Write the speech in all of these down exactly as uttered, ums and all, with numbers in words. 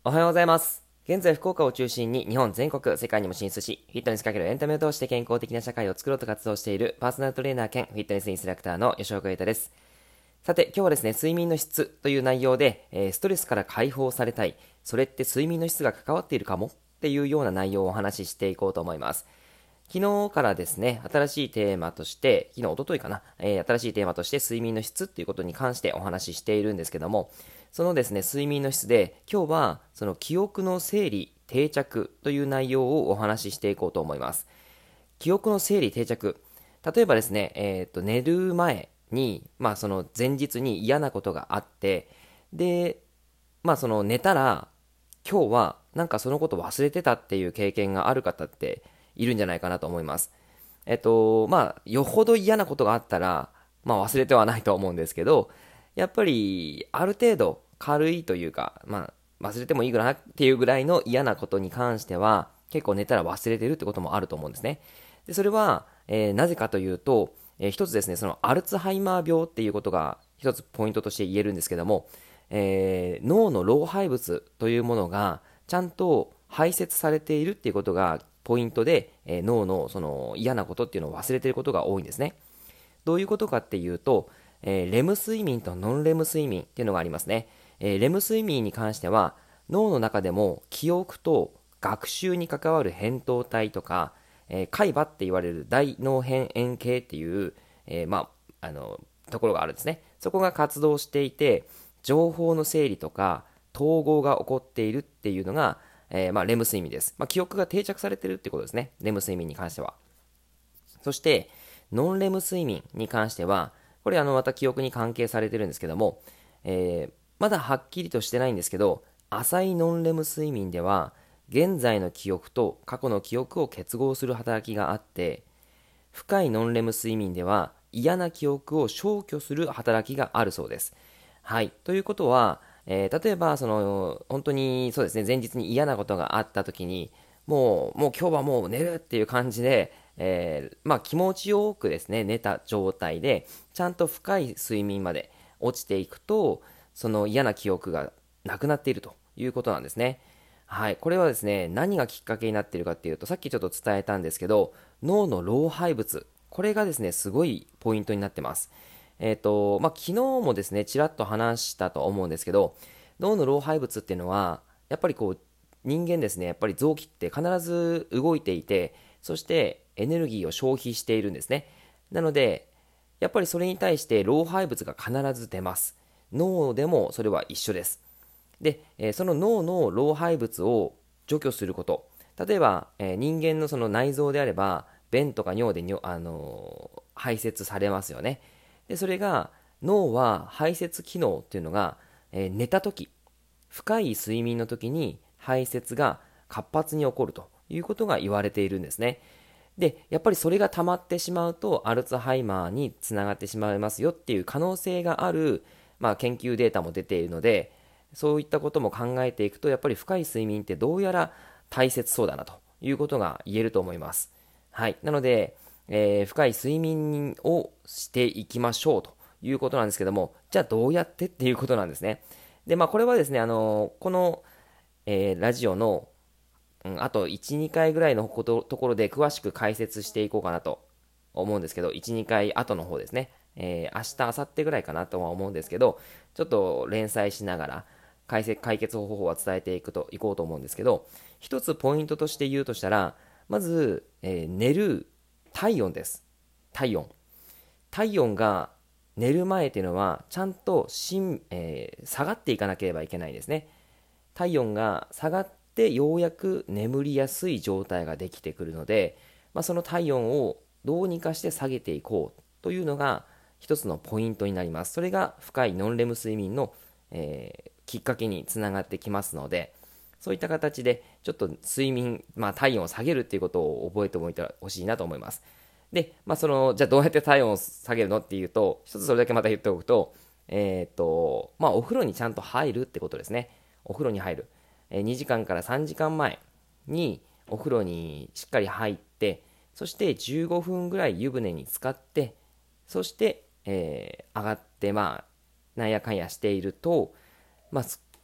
おはようございます。現在福岡を中心に日本全国、世界にも進出し、フィットネスかけるエンタメを通して健康的な社会を作ろうと活動しているパーソナルトレーナー兼フィットネスインストラクターの吉岡優太です。さて、今日はですね、睡眠の質という内容で、えーストレスから解放されたい、それって睡眠の質が関わっているかもっていうような内容をお話ししていこうと思います。昨日からですね、新しいテーマとして、昨日、一昨日かな、えー新しいテーマとして睡眠の質っていうことに関してお話ししているんですけども、そのですね、睡眠の質で、今日はその記憶の整理、定着という内容をお話ししていこうと思います。記憶の整理、定着。例えばですね、えーと、寝る前に、まあその前日に嫌なことがあって、で、まあその寝たら、今日はなんかそのこと忘れてたっていう経験がある方っているんじゃないかなと思います。えっと、まあ、よほど嫌なことがあったら、まあ忘れてはないと思うんですけど、やっぱりある程度軽いというか、まあ忘れてもいいかなっていうぐらいの嫌なことに関しては、結構寝たら忘れてるってこともあると思うんですね。で、それは、えーなぜかというと、えー一つですね、そのアルツハイマー病っていうことが一つポイントとして言えるんですけども、えー脳の老廃物というものがちゃんと排泄されているっていうことがポイントで、えー脳のその嫌なことっていうのを忘れていることが多いんですね。どういうことかっていうと、えーレム睡眠とノンレム睡眠っていうのがありますね。えーレム睡眠に関しては脳の中でも記憶と学習に関わる扁桃体とか、えー海馬って言われる大脳辺縁系っていう、えーまあ、あのところがあるんですね。そこが活動していて、情報の整理とか統合が起こっているっていうのが、えーまあ、レム睡眠です。まあ、記憶が定着されているってことですね。レム睡眠に関しては。そして、ノンレム睡眠に関しては、これあのまた記憶に関係されてるんですけども、えーまだはっきりとしてないんですけど、浅いノンレム睡眠では、現在の記憶と過去の記憶を結合する働きがあって、深いノンレム睡眠では嫌な記憶を消去する働きがあるそうです。はい。ということは、えー例えば、その、本当に、そうですね、前日に嫌なことがあった時に、もう、もう今日はもう寝るっていう感じで、えーまあ気持ちよくですね、寝た状態で、ちゃんと深い睡眠まで落ちていくと、その嫌な記憶がなくなっているということなんですね。はい、これはですね、何がきっかけになっているかっていうと、さっきちょっと伝えたんですけど、脳の老廃物、これがですね、すごいポイントになってます。えっと、まあ、昨日もですね、ちらっと話したと思うんですけど、脳の老廃物っていうのは、やっぱりこう、人間ですね、やっぱり臓器って必ず動いていて、そしてエネルギーを消費しているんですね。なので、やっぱりそれに対して老廃物が必ず出ます。脳でもそれは一緒です。で、えーその脳の老廃物を除去すること。例えば、えー人間のその内臓であれば、便とか尿でにょ、あのー排泄されますよね。で、それが、脳は排泄機能っていうのが、えー寝た時、深い睡眠の時に排泄が活発に起こるということが言われているんですね。で、やっぱりそれが溜まってしまうと、アルツハイマーにつながってしまいますよっていう可能性がある、まあ、研究データも出ているので、そういったことも考えていくと、やっぱり深い睡眠ってどうやら大切そうだなということが言えると思います。はい。なので、えー深い睡眠をしていきましょうということなんですけども、じゃあどうやってっていうことなんですね。で、まあこれはですね、あのこの、えーラジオのうん、あといち、にかいぐらいのことところで詳しく解説していこうかなと思うんですけど、いち、にかい後の方ですね。えー、明日、明後日ぐらいかなとは思うんですけど、ちょっと連載しながら解説解決方法は伝えていくといこうと思うんですけど、一つポイントとして言うとしたら、まず、えー寝る体温です。体温。体温が寝る前っていうのは、ちゃんとしん、えー下がっていかなければいけないんですね。体温が下がってようやく眠りやすい状態ができてくるので、まあ、その体温をどうにかして下げていこうというのが一つのポイントになります。それが深いノンレム睡眠の、えーきっかけにつながってきますので、そういった形でちょっと睡眠、まあ、体温を下げるっていうことを覚えておいてほしいなと思います。で、まあ、そのじゃあどうやって体温を下げるのっていうと、一つそれだけまた言っておくと、えっとまあ、お風呂にちゃんと入るってことですね。お風呂に入る、えーにじかんからさんじかんまえにお風呂にしっかり入って、そしてじゅうごふんぐらい湯船に浸かって、そして、えー上がって、まあなんやかんやしていると、まあ、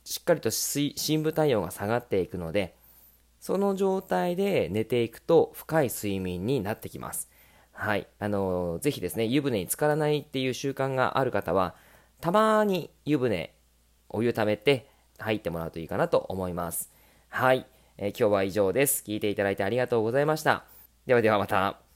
しっかりと水深部体温が下がっていくので、その状態で寝ていくと深い睡眠になってきます。はい。あのーぜひですね、湯船に浸からないっていう習慣がある方は、たまに湯船、お湯ためて入ってもらうといいかなと思います。はい。えー今日は以上です。聞いていただいてありがとうございました。ではではまた。